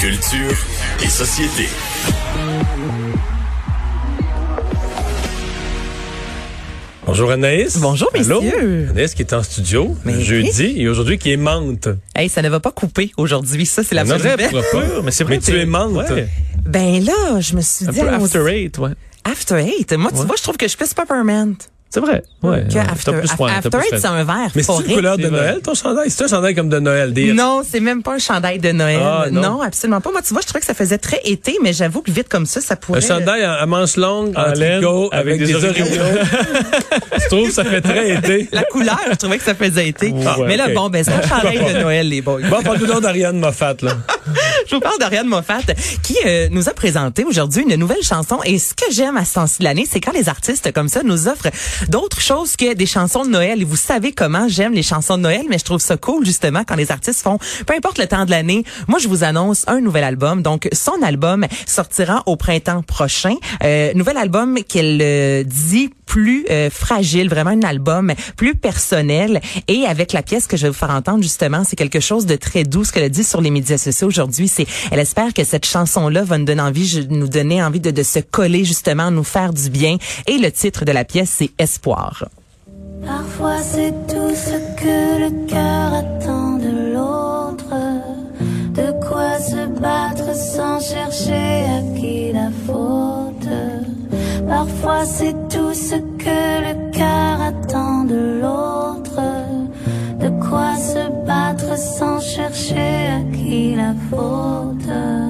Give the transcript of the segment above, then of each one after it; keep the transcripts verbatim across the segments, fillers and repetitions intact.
Culture et société. Bonjour Anaïs. Bonjour messieurs. Allô? Anaïs qui est en studio Mais jeudi et aujourd'hui qui est menthe. Hey, ça ne va pas couper aujourd'hui, ça c'est la bonne nouvelle. nouvelle. Mais c'est vrai que tu es menthe. Ouais. Ben là, je me suis Un dit... peu on- after eight, ouais. After Eight. Moi, tu Ouais. vois, je trouve que je suis plus Peppermint. C'est vrai. Ouais. Que ouais. After, T'as plus Af- froid, t'as After plus Eight, fait. c'est un verre Mais c'est forêt. une couleur de C'est vrai. Noël, ton chandail? C'est un chandail comme de Noël. Des... Non, c'est même pas un chandail de Noël. Ah, non. non. absolument pas. Moi, tu vois, je trouvais que ça faisait très été, mais j'avoue que vite comme ça, ça pourrait... Un chandail à, à manches longues, en En laine, tricot, avec, avec des, des orignaux. Je trouve que ça fait très été. La couleur, je trouvais que ça faisait été. Ouais, mais là, ok. bon, ben, c'est un chandail de Noël, les boys. Bon, parle-nous donc d'Ariane Moffat, là. Je vous parle d'Ariane Moffat qui euh, nous a présenté aujourd'hui une nouvelle chanson. Et ce que j'aime à ce temps-ci de l'année, c'est quand les artistes comme ça nous offrent d'autres choses que des chansons de Noël. Et vous savez comment j'aime les chansons de Noël, mais je trouve ça cool justement quand les artistes font, peu importe le temps de l'année. Moi, je vous annonce un nouvel album. Donc, son album sortira au printemps prochain. Euh, nouvel album qu'elle euh, dit plus euh, fragile, vraiment un album plus personnel. Et avec la pièce que je vais vous faire entendre justement, c'est quelque chose de très doux. Ce qu'elle a dit sur les médias sociaux aujourd'hui, c'est elle espère que cette chanson-là va nous donner envie, je- nous donner envie de, de se coller justement, nous faire du bien. Et le titre de la pièce, c'est Espoir. Parfois c'est tout ce que le cœur attend de l'autre, de quoi se battre sans chercher à qui la faute. Parfois c'est tout ce que le cœur attend de l'autre, de quoi se battre sans chercher à qui la faute.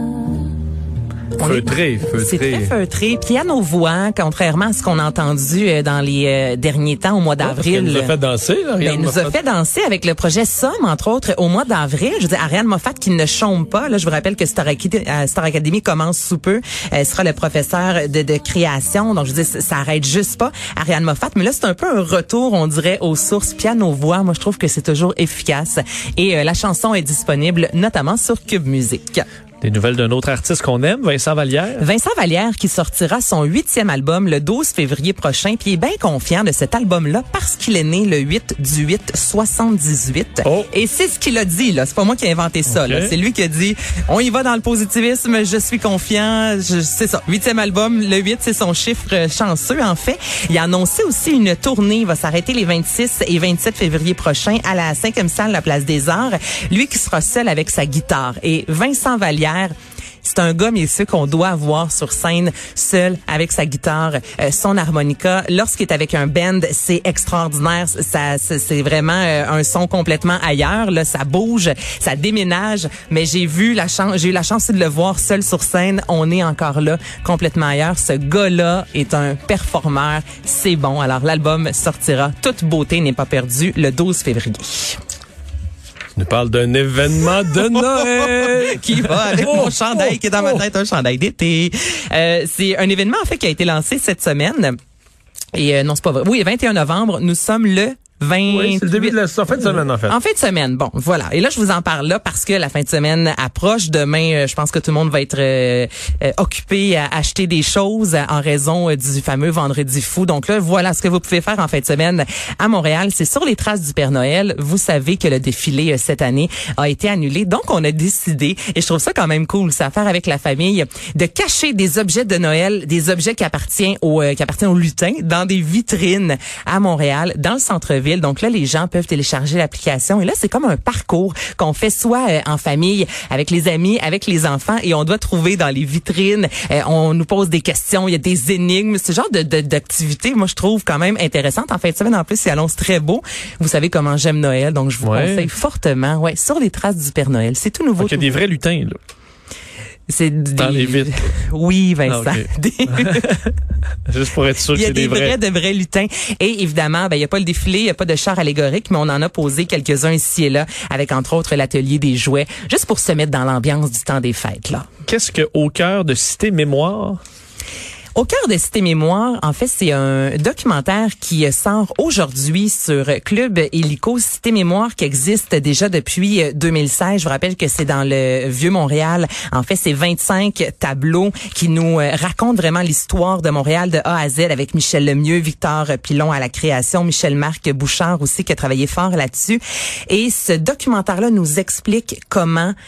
Feutré, C'est très feutré. feutré. Piano-voix, contrairement à ce qu'on a entendu euh, dans les euh, derniers temps, au mois Parce d'avril. qu'elle nous a fait danser, là, Ben, Ariane elle nous a Moffat. fait danser avec le projet Somme, entre autres, au mois d'avril. Je veux dire, Ariane Moffat qui ne chôme pas. Là, je vous rappelle que Star, Academy, euh, Star Academy commence sous peu. Elle sera le professeur de, de création. Donc, je veux dire, ça, ça arrête juste pas Ariane Moffat. Mais là, c'est un peu un retour, on dirait, aux sources piano-voix. Moi, je trouve que c'est toujours efficace. Et euh, la chanson est disponible notamment sur Cube Musique. Des nouvelles d'un autre artiste qu'on aime, Vincent Vallière. Vincent Vallière qui sortira son huitième album le douze février prochain, puis il est bien confiant de cet album-là parce qu'il est né le huit du huit soixante-dix-huit. Oh. Et c'est ce qu'il a dit, là. C'est pas moi qui ai inventé ça, Ok. là. C'est lui qui a dit, on y va dans le positivisme, je suis confiant, je- c'est ça. Huitième album, le huit, c'est son chiffre euh, chanceux, en fait. Il a annoncé aussi une tournée, il va s'arrêter les vingt-six et vingt-sept février prochains à la cinquième salle, la Place des Arts. Lui qui sera seul avec sa guitare. Et Vincent Vallière, c'est un gars, mais ceux qu'on doit voir sur scène seul avec sa guitare, euh, son harmonica. Lorsqu'il est avec un band, c'est extraordinaire. Ça, c'est c'est vraiment euh, un son complètement ailleurs. Là, ça bouge, ça déménage. Mais j'ai vu la chance, j'ai eu la chance de le voir seul sur scène. On est encore là, complètement ailleurs. Ce gars-là est un performeur. C'est bon. Alors l'album sortira. Toute beauté n'est pas perdue le douze février. Tu nous parles d'un événement de Noël. Qui va avec Oh, mon chandail qui est dans ma oh. tête, un chandail d'été. Euh, c'est un événement en fait qui a été lancé cette semaine. Et euh, non, c'est pas vrai. Oui, le vingt et un novembre, nous sommes le vingt-huit. Oui, c'est le début de la en fin de semaine, en fait. En fin de semaine, bon, voilà. Et là, je vous en parle là parce que la fin de semaine approche. Demain, euh, je pense que tout le monde va être euh, euh, occupé à acheter des choses en raison euh, du fameux Vendredi fou. Donc là, voilà ce que vous pouvez faire en fin de semaine à Montréal. C'est sur les traces du Père Noël. Vous savez que le défilé euh, cette année a été annulé. Donc, on a décidé, et je trouve ça quand même cool, c'est à faire avec la famille, de cacher des objets de Noël, des objets qui appartiennent au, euh, qui appartiennent aux lutins dans des vitrines à Montréal, dans le centre-ville. Donc là, les gens peuvent télécharger l'application. Et là, c'est comme un parcours qu'on fait soit euh, en famille, avec les amis, avec les enfants, et on doit trouver dans les vitrines. Euh, on nous pose des questions, il y a des énigmes. C'est ce genre de, de, d'activité, moi, je trouve quand même intéressante. En fin de semaine, en plus, il annonce très beau. Vous savez comment j'aime Noël, donc je vous Ouais. conseille fortement. Ouais, sur les traces du Père Noël. C'est tout nouveau. Donc, il y a tout des nouveau. vrais lutins, là. C'est Dans des- les vitres. Oui, Vincent. Ah, ok. Des- Juste pour être sûr Il que y a c'est des des vrais, vrais. de vrais lutins. Et évidemment, ben, il n'y a pas le défilé, il n'y a pas de char allégorique, mais on en a posé quelques-uns ici et là, avec entre autres l'atelier des jouets, juste pour se mettre dans l'ambiance du temps des fêtes, là. Qu'est-ce que Au cœur de Cité Mémoire? Au cœur de Cité Mémoire, en fait, c'est un documentaire qui sort aujourd'hui sur Club Illico. Cité Mémoire qui existe déjà depuis deux mille seize. Je vous rappelle que c'est dans le Vieux-Montréal. En fait, c'est vingt-cinq tableaux qui nous racontent vraiment l'histoire de Montréal de A à Z avec Michel Lemieux, Victor Pilon à la création, Michel-Marc Bouchard aussi qui a travaillé fort là-dessus. Et ce documentaire-là nous explique comment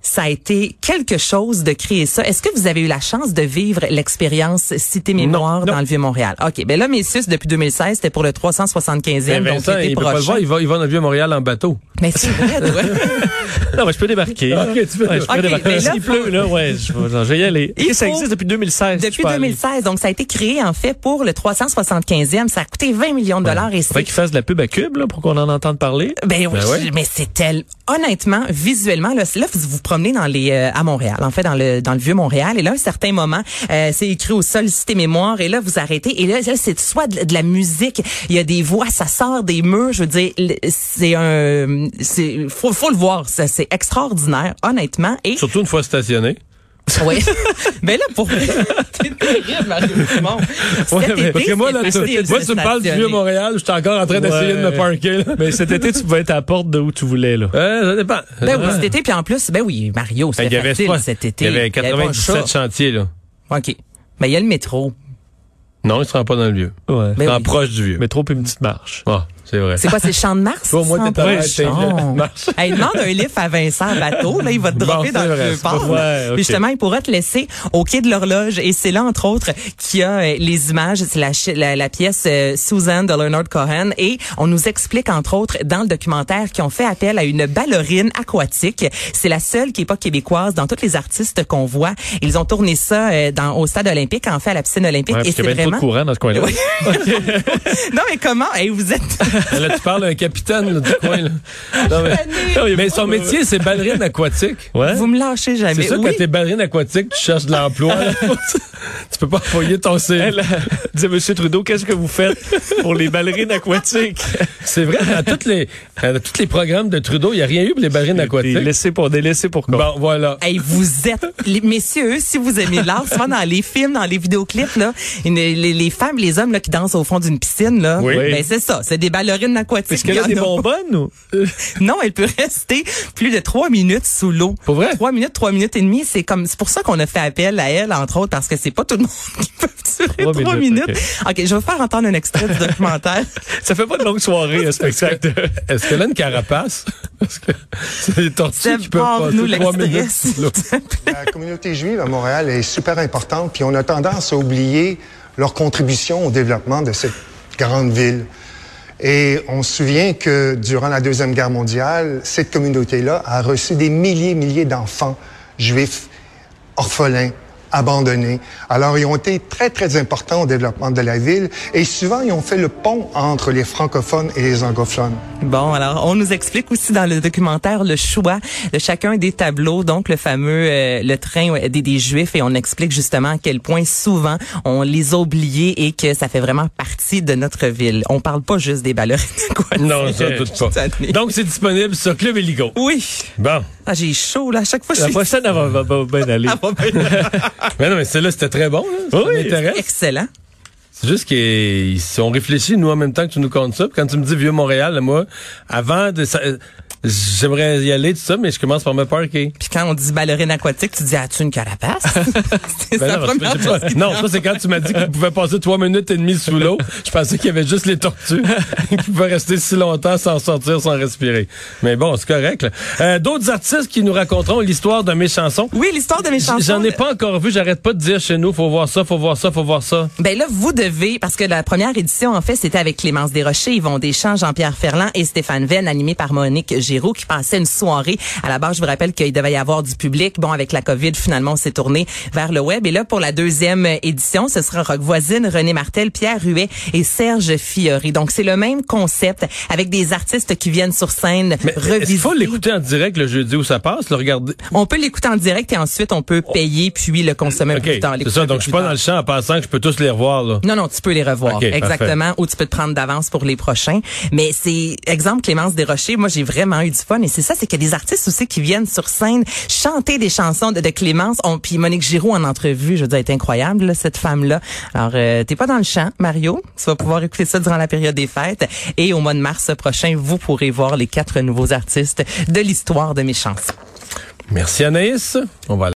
Ça a été quelque chose de créer ça. Est-ce que vous avez eu la chance de vivre l'expérience Cité Mémoire non, dans non. le Vieux-Montréal? OK. Ben là, messieurs, depuis deux mille seize, c'était pour le trois cent soixante-quinzième, Ben donc Vincent, l'été il peut pas le prochain. voir, il va, il va dans le Vieux-Montréal en bateau. Mais c'est vrai, toi. Non, mais je peux débarquer. OK, tu peux Ouais, je peux OK, débarquer. mais là, S'il faut- pleut, là, ouais, je vais, je vais y aller. Il Et ça faut- existe depuis deux mille seize. Depuis je peux deux mille aller. seize, donc ça a été créé en fait pour le trois cent soixante-quinzième. Ça a coûté vingt millions de dollars et Faudrait c'est qu'il fasse de la pub à Cube, là, pour qu'on en entende parler. ben oui, Ben ouais. mais c'est tel. Honnêtement, visuellement, là, là, vous vous promenez dans les euh, à Montréal, en fait, dans le dans le vieux Montréal, et là, à un certain moment, euh, c'est écrit au sol Cité Mémoire, et là, vous arrêtez, et là, là c'est soit de, de la musique, il y a des voix, ça sort des murs, je veux dire, le- c'est un, c'est faut faut le voir, ça, c'est extraordinaire, honnêtement, et Surtout une fois stationné. oui, mais là pour t'es terrible, Mario Dumont. Cet Ouais, mais- été, Parce que moi, là, c'est tu, facile moi, de tu me parles du stationner. Vieux-Montréal, je suis encore en train d'essayer Ouais. de me parker, là. Mais cet été, tu pouvais être à la porte de où tu voulais, là. Euh, ça dépend. Ben oui, cet été, puis en plus, ben oui, Mario, Il c'est y avait facile trois- cet été. Il y avait pas un quatre-vingt-dix-sept chat. chantiers, là. OK. Ben il y a le métro. Non, il se rend pas dans le vieux. Ouais. Ben Il est oui. proche du vieux. Mais trop une petite marche. Ah, c'est vrai. C'est quoi, c'est le Champ de Mars? Toi, au moins, tu t'es sens à pas? l'aise, t'es Non. le marche. Hey, demande un lift à Vincent Bateau, là, il va te Bon, dropper c'est dans vrai, le c'est pas port. faux. Ouais, ok. Puis justement, il pourra te laisser au quai de l'horloge. Et c'est là, entre autres, qu'il y a euh, les images. C'est la, chi- la, la pièce euh, Susan de Leonard Cohen. Et on nous explique, entre autres, dans le documentaire, qu'ils ont fait appel à une ballerine aquatique. C'est la seule qui est pas québécoise dans tous les artistes qu'on voit. Ils ont tourné ça euh, dans, au stade olympique, en fait, à la piscine olympique. Ouais, et parce qu'il y c'est avait trop de vraiment... courant dans ce coin-là. Oui. Non, mais comment? Hey, vous êtes... Là, tu parles d'un capitaine, là, du coin, là. Non, mais, mais son métier, c'est ballerine aquatique. Ouais. Vous me lâchez jamais. C'est ça, Oui. quand t'es ballerine aquatique, tu cherches de l'emploi, là. Tu peux pas envoyer ton C V. Elle disait, Monsieur Trudeau, qu'est-ce que vous faites pour les ballerines aquatiques? C'est vrai, dans toutes les, dans tous les programmes de Trudeau, il n'y a rien eu pour les ballerines Des aquatiques. laissés pour délaissés pour quoi? Bon, voilà. Hey, vous êtes, les, messieurs, si vous aimez l'art, souvent dans les films, dans les vidéoclips, là, une- les, les femmes, les hommes là, qui dansent au fond d'une piscine, là, Oui. ben c'est ça, c'est des ballerines aquatiques. Est-ce qu'elle Il a y des en bonbonnes ou? Non, elle peut rester plus de trois minutes sous l'eau. Pour vrai? Trois minutes, trois minutes et demie, c'est comme, c'est pour ça qu'on a fait appel à elle, entre autres, parce que c'est pas tout le monde qui peut durer Trois trois minutes, minutes. OK, je vais vous faire entendre un extrait du documentaire. Ça fait pas de longue soirée, un spectacle. Est-ce qu'elle a une carapace? Parce que c'est des tortues Seb, qui peuvent parle-nous passer trois l'extrait, minutes s'il sous l'eau. te plaît. La communauté juive à Montréal est super importante, puis on a tendance à oublier leur contribution au développement de cette grande ville. Et on se souvient que durant la Deuxième Guerre mondiale, cette communauté-là a reçu des milliers et milliers d'enfants juifs, orphelins, abandonnés. Alors, ils ont été très, très importants au développement de la ville et souvent, ils ont fait le pont entre les francophones et les anglophones. Bon, alors, on nous explique aussi dans le documentaire le choix de chacun des tableaux, donc le fameux euh, le train ouais, des, des Juifs, et on explique justement à quel point souvent on les a oubliés et que ça fait vraiment partie de notre ville. On parle pas juste des ballerines aquatiques. Non, ça, tout pas. Cette année. Donc, c'est disponible sur Club Illico. Oui. Bon. Ah, j'ai chaud, là. À chaque fois, je La suis... prochaine, elle va, va, va bien aller. Ah, va bien. Mais non, mais celle-là, c'était très bon, là. Ça Oui. m'intéresse. Excellent. C'est juste qu'on réfléchit, nous, en même temps que tu nous comptes ça. Puis quand tu me dis Vieux-Montréal, là, moi, avant de... ça- j'aimerais y aller, tout ça, mais je commence par me parker. Puis quand on dit ballerine aquatique, tu dis, as-tu une carapace? c'est Ben la non, première c'est chose pas- qui te non, vient. ça, c'est quand tu m'as dit qu'ils pouvaient passer trois minutes et demie sous l'eau. Je pensais qu'il y avait juste les tortues qui pouvaient rester si longtemps sans sortir, sans respirer. Mais bon, c'est correct, là. Euh, d'autres artistes qui nous raconteront l'histoire de mes chansons. Oui, l'histoire de mes chansons. J'en ai pas encore vu, j'arrête pas de dire chez nous, faut voir ça, faut voir ça, faut voir ça. Ben là, vous devez, parce que la première édition, en fait, c'était avec Clémence Desrochers, Yvon Deschamps, Jean-Pierre Ferland et Stéphane Venn, animé par Monique Giroux, qui passait une soirée. À la base, je vous rappelle qu'il devait y avoir du public. Bon, avec la COVID, finalement, on s'est tourné vers le web. Et là, pour la deuxième édition, ce sera Rock Voisine, René Martel, Pierre Huet et Serge Fiori. Donc, c'est le même concept avec des artistes qui viennent sur scène Mais revisiter. il faut l'écouter en direct le jeudi où ça passe, le regarder. On peut l'écouter en direct et ensuite, on peut payer puis le consommer un peu OK, plus tard. c'est l'écouter ça. un peu Donc, je suis plus pas dans tard. le champ en passant que je peux tous les revoir, là. Non, non, tu peux les revoir. OK, exactement. Ou tu peux te prendre d'avance pour les prochains. Mais c'est, exemple, Clémence Desrochers, moi, j'ai vraiment eu du fun. Et c'est ça, c'est qu'il y a des artistes aussi qui viennent sur scène chanter des chansons de, de Clémence. On, puis Monique Giroux en entrevue, je veux dire, est incroyable, là, cette femme-là. Alors, euh, t'es pas dans le champ, Mario. Tu vas pouvoir écouter ça durant la période des fêtes. Et au mois de mars prochain, vous pourrez voir les quatre nouveaux artistes de l'histoire de mes chansons. Merci, Anaïs. On va